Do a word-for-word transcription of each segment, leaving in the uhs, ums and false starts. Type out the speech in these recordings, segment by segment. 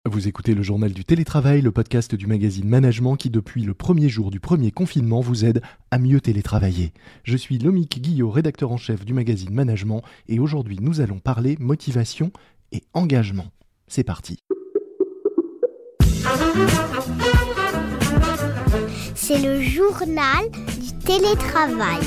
Vous écoutez le journal du télétravail, le podcast du magazine Management qui, depuis le premier jour du premier confinement, vous aide à mieux télétravailler. Je suis Lomique Guillot, rédacteur en chef du magazine Management, et aujourd'hui nous allons parler motivation et engagement. C'est parti. C'est le journal du télétravail.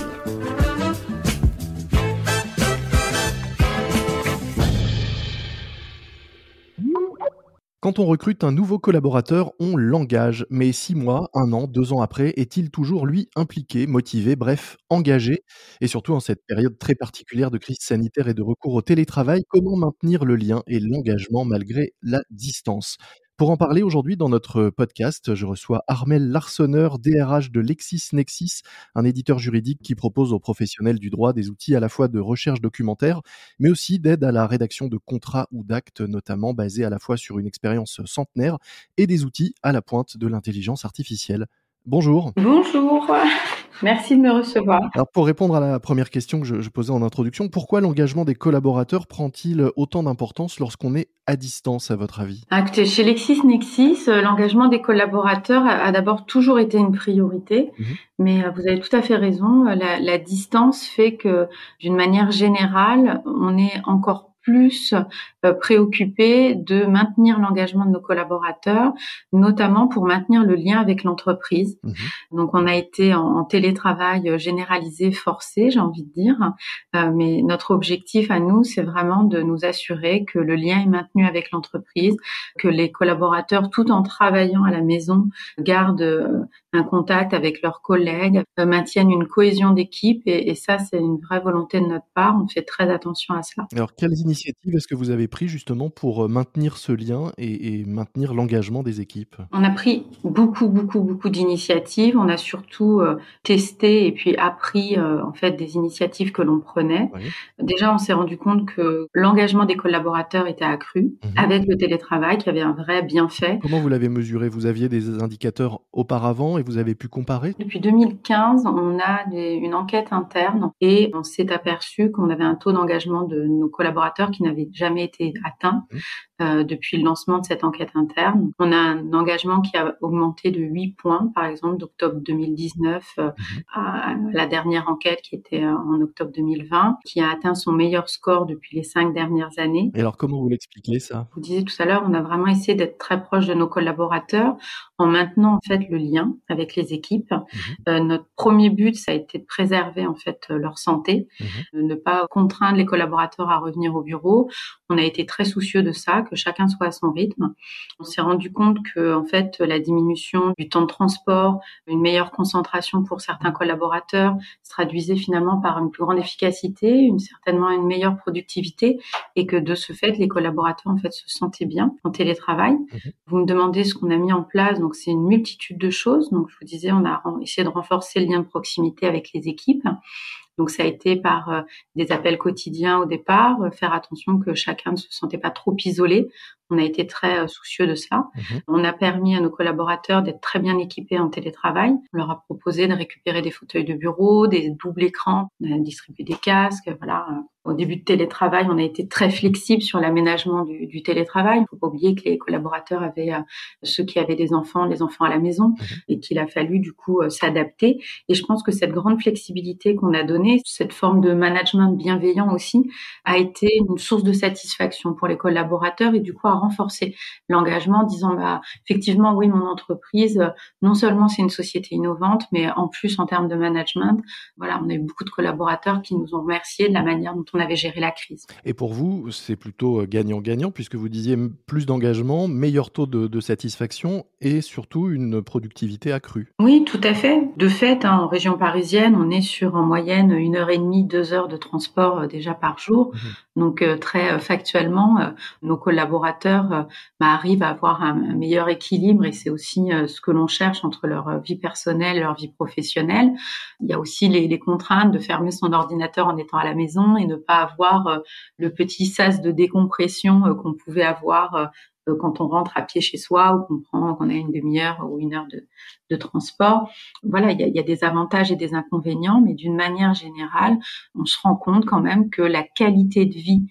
Quand on recrute un nouveau collaborateur, on l'engage. Mais six mois, un an, deux ans après, est-il toujours, lui, impliqué, motivé, bref, engagé? Et surtout en cette période très particulière de crise sanitaire et de recours au télétravail, comment maintenir le lien et l'engagement malgré la distance? Pour en parler aujourd'hui dans notre podcast, je reçois Armelle Larsonneur, D R H de LexisNexis, un éditeur juridique qui propose aux professionnels du droit des outils à la fois de recherche documentaire, mais aussi d'aide à la rédaction de contrats ou d'actes, notamment basés à la fois sur une expérience centenaire et des outils à la pointe de l'intelligence artificielle. Bonjour. Bonjour, merci de me recevoir. Alors pour répondre à la première question que je, je posais en introduction, pourquoi l'engagement des collaborateurs prend-il autant d'importance lorsqu'on est à distance, à votre avis? Ah, écoutez, chez LexisNexis, euh, l'engagement des collaborateurs a, a d'abord toujours été une priorité, Mmh. mais euh, vous avez tout à fait raison, euh, la, la distance fait que d'une manière générale, on est encore plus euh, préoccupé de maintenir l'engagement de nos collaborateurs, notamment pour maintenir le lien avec l'entreprise. Mmh. Donc, on a été en, en télétravail généralisé, forcé, j'ai envie de dire. Euh, mais notre objectif à nous, c'est vraiment de nous assurer que le lien est maintenu avec l'entreprise, que les collaborateurs, tout en travaillant à la maison, gardent euh, un contact avec leurs collègues, euh, maintiennent une cohésion d'équipe. Et, et ça, c'est une vraie volonté de notre part. On fait très attention à cela. Alors, quelles initiatives est-ce que vous avez prises justement pour euh, maintenir ce lien et, et maintenir l'engagement des équipes? On a pris beaucoup, beaucoup, beaucoup d'initiatives. On a surtout euh, testé et puis appris euh, en fait des initiatives que l'on prenait. Oui. Déjà, on s'est rendu compte que l'engagement des collaborateurs était accru Mhm. avec le télétravail, qu'il y avait un vrai bienfait. Comment vous l'avez mesuré? Vous aviez des indicateurs auparavant et vous avez pu comparer? Depuis deux mille quinze, on a des, une enquête interne et on s'est aperçu qu'on avait un taux d'engagement de nos collaborateurs qui n'avait jamais été atteint Mhm. euh, depuis le lancement de cette enquête interne. On a un engagement qui a augmenté de huit points, par exemple, d'octobre deux mille dix-neuf euh, Mhm. à la dernière enquête qui était euh, en octobre deux mille vingt, qui a atteint son meilleur score depuis les cinq dernières années. Et alors, comment vous l'expliquez ça? Je vous disais tout à l'heure, on a vraiment essayé d'être très proche de nos collaborateurs en maintenant en fait le lien avec les équipes. Mhm. Euh, notre premier but, ça a été de préserver en fait leur santé, Mhm. de ne pas contraindre les collaborateurs à revenir au bureau. On a été très soucieux de ça, que chacun soit à son rythme. On s'est rendu compte que en fait la diminution du temps de transport, une meilleure concentration pour certains collaborateurs, se traduisait finalement par une plus grande efficacité, une certainement une meilleure productivité, et que de ce fait les collaborateurs en fait se sentaient bien en télétravail. Mhm. Vous me demandez ce qu'on a mis en place, donc c'est une multitude de choses. Donc je vous disais, on a essayé de renforcer le lien de proximité avec les équipes. Donc ça a été par euh, des appels quotidiens au départ, euh, faire attention que chacun ne se sentait pas trop isolé. On a été très euh, soucieux de ça. Mhm. On a permis à nos collaborateurs d'être très bien équipés en télétravail. On leur a proposé de récupérer des fauteuils de bureau, des doubles écrans, on a distribué des casques, voilà. Au début de télétravail, on a été très flexible sur l'aménagement du, du télétravail. Il ne faut pas oublier que les collaborateurs avaient, euh, ceux qui avaient des enfants, les enfants à la maison, Mhm. et qu'il a fallu du coup euh, s'adapter. Et je pense que cette grande flexibilité qu'on a donnée, cette forme de management bienveillant aussi, a été une source de satisfaction pour les collaborateurs et du coup a renforcé l'engagement en disant bah, effectivement oui, mon entreprise, euh, non seulement c'est une société innovante, mais en plus en termes de management, voilà, on a eu beaucoup de collaborateurs qui nous ont remerciés de la manière dont on avait géré la crise. Et pour vous, c'est plutôt euh, gagnant-gagnant puisque vous disiez m- plus d'engagement, meilleur taux de, de satisfaction et surtout une productivité accrue. Oui, tout à fait. De fait, hein, en région parisienne, on est sur en moyenne une heure et demie, deux heures de transport euh, déjà par jour. Mhm. Donc euh, très euh, factuellement, euh, nos collaborateurs euh, bah, arrivent à avoir un, un meilleur équilibre et c'est aussi euh, ce que l'on cherche entre leur euh, vie personnelle et leur vie professionnelle. Il y a aussi les, les contraintes de fermer son ordinateur en étant à la maison et ne pas avoir euh, le petit sas de décompression euh, qu'on pouvait avoir euh, euh, quand on rentre à pied chez soi ou qu'on prend, qu'on a une demi-heure ou une heure de, de transport. Voilà, il y a, il y a des avantages et des inconvénients, mais d'une manière générale, on se rend compte quand même que la qualité de vie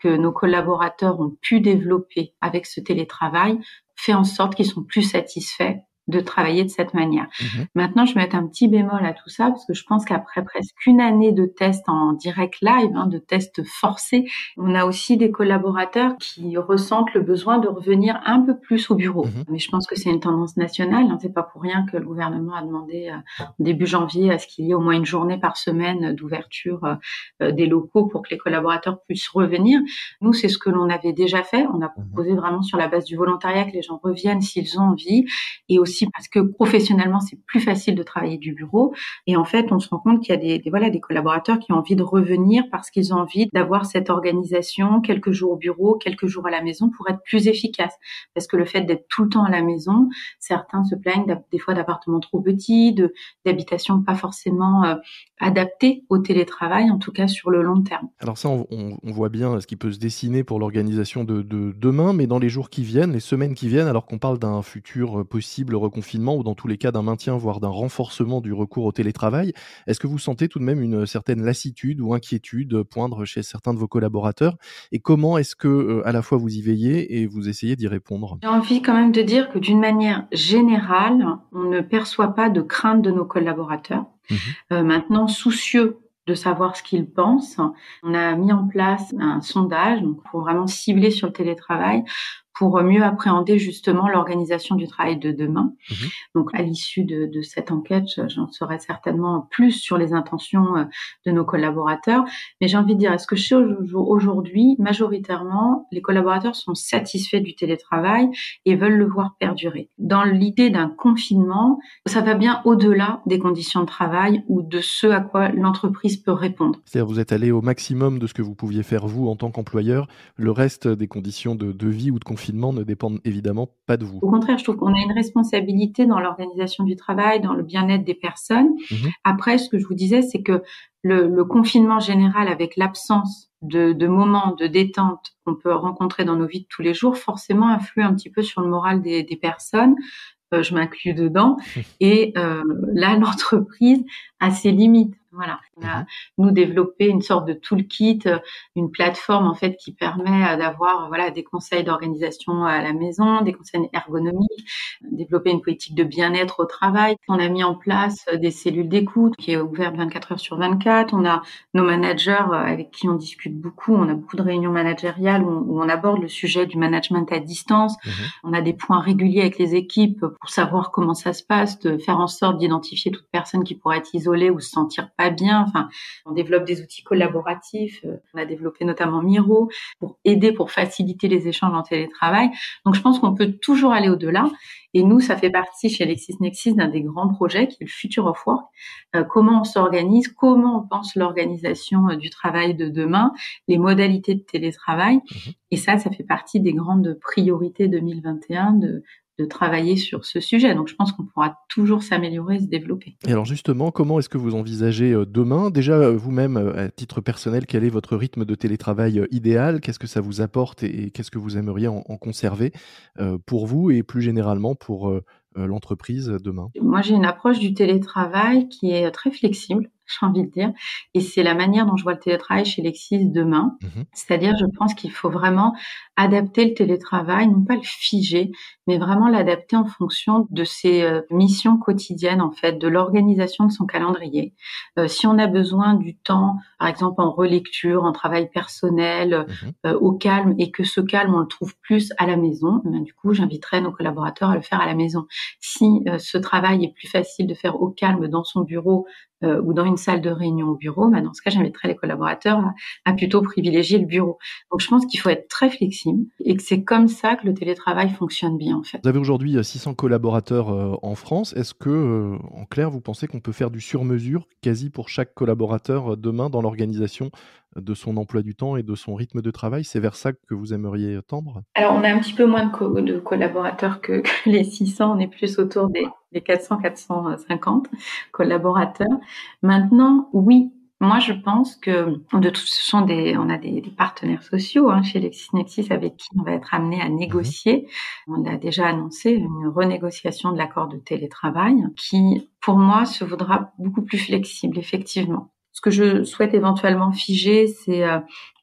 que nos collaborateurs ont pu développer avec ce télétravail fait en sorte qu'ils sont plus satisfaits de travailler de cette manière. Mmh. Maintenant, je vais mettre un petit bémol à tout ça parce que je pense qu'après presque une année de tests en direct live, hein, de tests forcés, on a aussi des collaborateurs qui ressentent le besoin de revenir un peu plus au bureau. Mmh. Mais je pense que c'est une tendance nationale. Hein, c'est pas pour rien que le gouvernement a demandé euh, début janvier à ce qu'il y ait au moins une journée par semaine d'ouverture euh, des locaux pour que les collaborateurs puissent revenir. Nous, c'est ce que l'on avait déjà fait. On a proposé vraiment sur la base du volontariat que les gens reviennent s'ils ont envie, et aussi parce que professionnellement, c'est plus facile de travailler du bureau. Et en fait, on se rend compte qu'il y a des, des, voilà, des collaborateurs qui ont envie de revenir parce qu'ils ont envie d'avoir cette organisation, quelques jours au bureau, quelques jours à la maison pour être plus efficace. Parce que le fait d'être tout le temps à la maison, certains se plaignent des fois d'appartements trop petits, de, d'habitations pas forcément euh, adaptées au télétravail, en tout cas sur le long terme. Alors ça, on, on- on voit bien ce qui peut se dessiner pour l'organisation de, de demain, mais dans les jours qui viennent, les semaines qui viennent, alors qu'on parle d'un futur euh, possible reconfinement ou dans tous les cas d'un maintien, voire d'un renforcement du recours au télétravail, est-ce que vous sentez tout de même une certaine lassitude ou inquiétude poindre chez certains de vos collaborateurs? Et comment est-ce que euh, à la fois vous y veillez et vous essayez d'y répondre? J'ai envie quand même de dire que d'une manière générale, on ne perçoit pas de crainte de nos collaborateurs. Mhm. Euh, maintenant, soucieux de savoir ce qu'ils pensent, on a mis en place un sondage donc pour vraiment cibler sur le télétravail pour mieux appréhender justement l'organisation du travail de demain. Mhm. Donc, à l'issue de, de cette enquête, j'en saurai certainement plus sur les intentions de nos collaborateurs. Mais j'ai envie de dire, est-ce que je sais aujourd'hui, majoritairement, les collaborateurs sont satisfaits du télétravail et veulent le voir perdurer. Dans l'idée d'un confinement, ça va bien au-delà des conditions de travail ou de ce à quoi l'entreprise peut répondre. C'est-à-dire vous êtes allé au maximum de ce que vous pouviez faire vous en tant qu'employeur. Le reste des conditions de, de vie ou de confinement ne dépendent évidemment pas de vous. Au contraire, je trouve qu'on a une responsabilité dans l'organisation du travail, dans le bien-être des personnes. Mhm. Après, ce que je vous disais, c'est que le, le confinement général, avec l'absence de, de moments de détente qu'on peut rencontrer dans nos vies de tous les jours, forcément influe un petit peu sur le moral des, des personnes. Euh, je m'inclus dedans. Et euh, là, l'entreprise a ses limites. Voilà. On a, nous, développé une sorte de toolkit, une plateforme, en fait, qui permet d'avoir, voilà, des conseils d'organisation à la maison, des conseils ergonomiques, développer une politique de bien-être au travail. On a mis en place des cellules d'écoute qui est ouverte vingt-quatre heures sur vingt-quatre. On a nos managers avec qui on discute beaucoup. On a beaucoup de réunions managériales où, où on aborde le sujet du management à distance. Mmh. On a des points réguliers avec les équipes pour savoir comment ça se passe, de faire en sorte d'identifier toute personne qui pourrait être isolée ou se sentir pas bien. Enfin, on développe des outils collaboratifs. On a développé notamment Miro pour aider, pour faciliter les échanges en télétravail. Donc, je pense qu'on peut toujours aller au-delà. Et nous, ça fait partie chez LexisNexis d'un des grands projets qui est le Future of Work. Euh, comment on s'organise, comment on pense l'organisation euh, du travail de demain, les modalités de télétravail. Mmh. Et ça, ça fait partie des grandes priorités deux mille vingt et un de de travailler sur ce sujet. Donc, je pense qu'on pourra toujours s'améliorer et se développer. Et alors justement, comment est-ce que vous envisagez demain? Déjà, vous-même, à titre personnel, quel est votre rythme de télétravail idéal? Qu'est-ce que ça vous apporte et qu'est-ce que vous aimeriez en, en conserver euh, pour vous et plus généralement pour euh, l'entreprise demain? Moi, j'ai une approche du télétravail qui est très flexible, j'ai envie de dire. Et c'est la manière dont je vois le télétravail chez Lexis demain. Mmh. C'est-à-dire, je pense qu'il faut vraiment adapter le télétravail, non pas le figer, mais vraiment l'adapter en fonction de ses euh, missions quotidiennes, en fait, de l'organisation de son calendrier. Euh, si on a besoin du temps, par exemple, en relecture, en travail personnel, mmh. euh, au calme, et que ce calme, on le trouve plus à la maison, ben, du coup, j'inviterai nos collaborateurs à le faire à la maison. Si euh, ce travail est plus facile de faire au calme dans son bureau, Euh, ou dans une salle de réunion au bureau, bah dans ce cas, j'inviterai les collaborateurs à, à plutôt privilégier le bureau. Donc, je pense qu'il faut être très flexible et que c'est comme ça que le télétravail fonctionne bien, en fait. Vous avez aujourd'hui six cents collaborateurs euh, en France. Est-ce que, euh, en clair, vous pensez qu'on peut faire du sur-mesure quasi pour chaque collaborateur euh, demain dans l'organisation de son emploi du temps et de son rythme de travail? C'est vers ça que vous aimeriez tendre? Alors, on a un petit peu moins de, co- de collaborateurs que, que les six cents. On est plus autour des, des quatre cents, quatre cent cinquante collaborateurs. Maintenant, oui, moi je pense que de tout, ce sont des, on a des, des partenaires sociaux hein, chez LexisNexis avec qui on va être amené à négocier. Mmh. On a déjà annoncé une renégociation de l'accord de télétravail qui, pour moi, se voudra beaucoup plus flexible, effectivement. Ce que je souhaite éventuellement figer, c'est euh,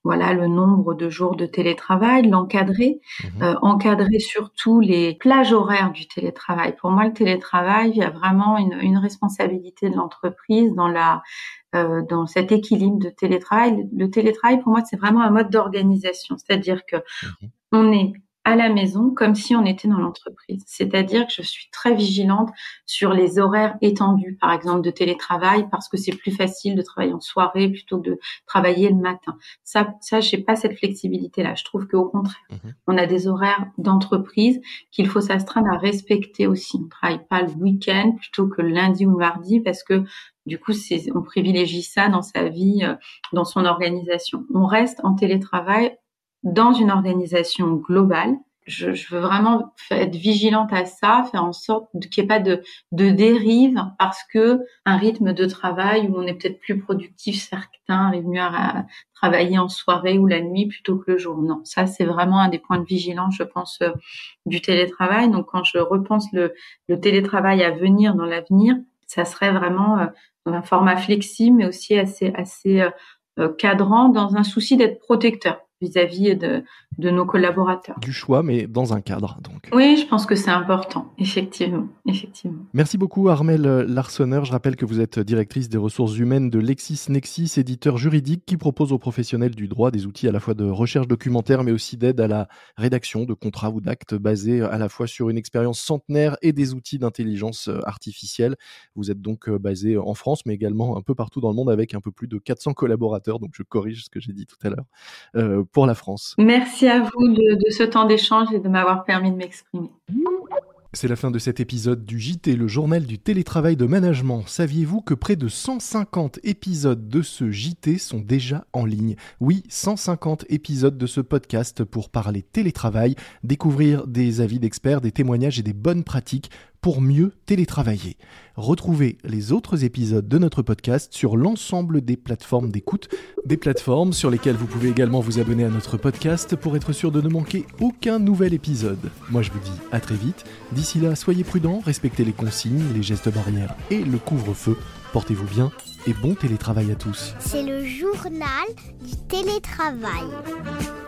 voilà le nombre de jours de télétravail, l'encadrer, Mmh. euh, encadrer surtout les plages horaires du télétravail. Pour moi, le télétravail, il y a vraiment une, une responsabilité de l'entreprise dans la euh, dans cet équilibre de télétravail. Le télétravail, pour moi, c'est vraiment un mode d'organisation, c'est-à-dire que Mmh. on est à la maison comme si on était dans l'entreprise. C'est-à-dire que je suis très vigilante sur les horaires étendus, par exemple, de télétravail, parce que c'est plus facile de travailler en soirée plutôt que de travailler le matin. Ça, ça, j'ai pas cette flexibilité-là. Je trouve qu'au contraire, Mmh. on a des horaires d'entreprise qu'il faut s'astreindre à respecter aussi. On travaille pas le week-end plutôt que le lundi ou le mardi parce que du coup, c'est, on privilégie ça dans sa vie, euh, dans son organisation. On reste en télétravail dans une organisation globale. Je, je veux vraiment être vigilante à ça, faire en sorte qu'il n'y ait pas de, de dérive parce que un rythme de travail où on est peut-être plus productif, certains arrivent mieux à travailler en soirée ou la nuit plutôt que le jour. Non, ça c'est vraiment un des points de vigilance, je pense, euh, du télétravail. Donc quand je repense le, le télétravail à venir dans l'avenir, ça serait vraiment euh, dans un format flexible, mais aussi assez, assez euh, cadrant, dans un souci d'être protecteur vis-à-vis de, de nos collaborateurs. Du choix, mais dans un cadre, donc. Oui, je pense que c'est important, effectivement, effectivement. Merci beaucoup Armelle Larsonneur. Je rappelle que vous êtes directrice des ressources humaines de LexisNexis, éditeur juridique qui propose aux professionnels du droit des outils à la fois de recherche documentaire, mais aussi d'aide à la rédaction de contrats ou d'actes basés à la fois sur une expérience centenaire et des outils d'intelligence artificielle. Vous êtes donc basé en France, mais également un peu partout dans le monde avec un peu plus de quatre cents collaborateurs. Donc je corrige ce que j'ai dit tout à l'heure. Euh, pour la France. Merci à vous de, de ce temps d'échange et de m'avoir permis de m'exprimer. C'est la fin de cet épisode du J T, le journal du télétravail de management. Saviez-vous que près de cent cinquante épisodes de ce J T sont déjà en ligne ? Oui, cent cinquante épisodes de ce podcast pour parler télétravail, découvrir des avis d'experts, des témoignages et des bonnes pratiques pour mieux télétravailler. Retrouvez les autres épisodes de notre podcast sur l'ensemble des plateformes d'écoute, des plateformes sur lesquelles vous pouvez également vous abonner à notre podcast pour être sûr de ne manquer aucun nouvel épisode. Moi je vous dis à très vite. D'ici là, soyez prudents, respectez les consignes, les gestes barrières et le couvre-feu. Portez-vous bien et bon télétravail à tous. C'est le journal du télétravail.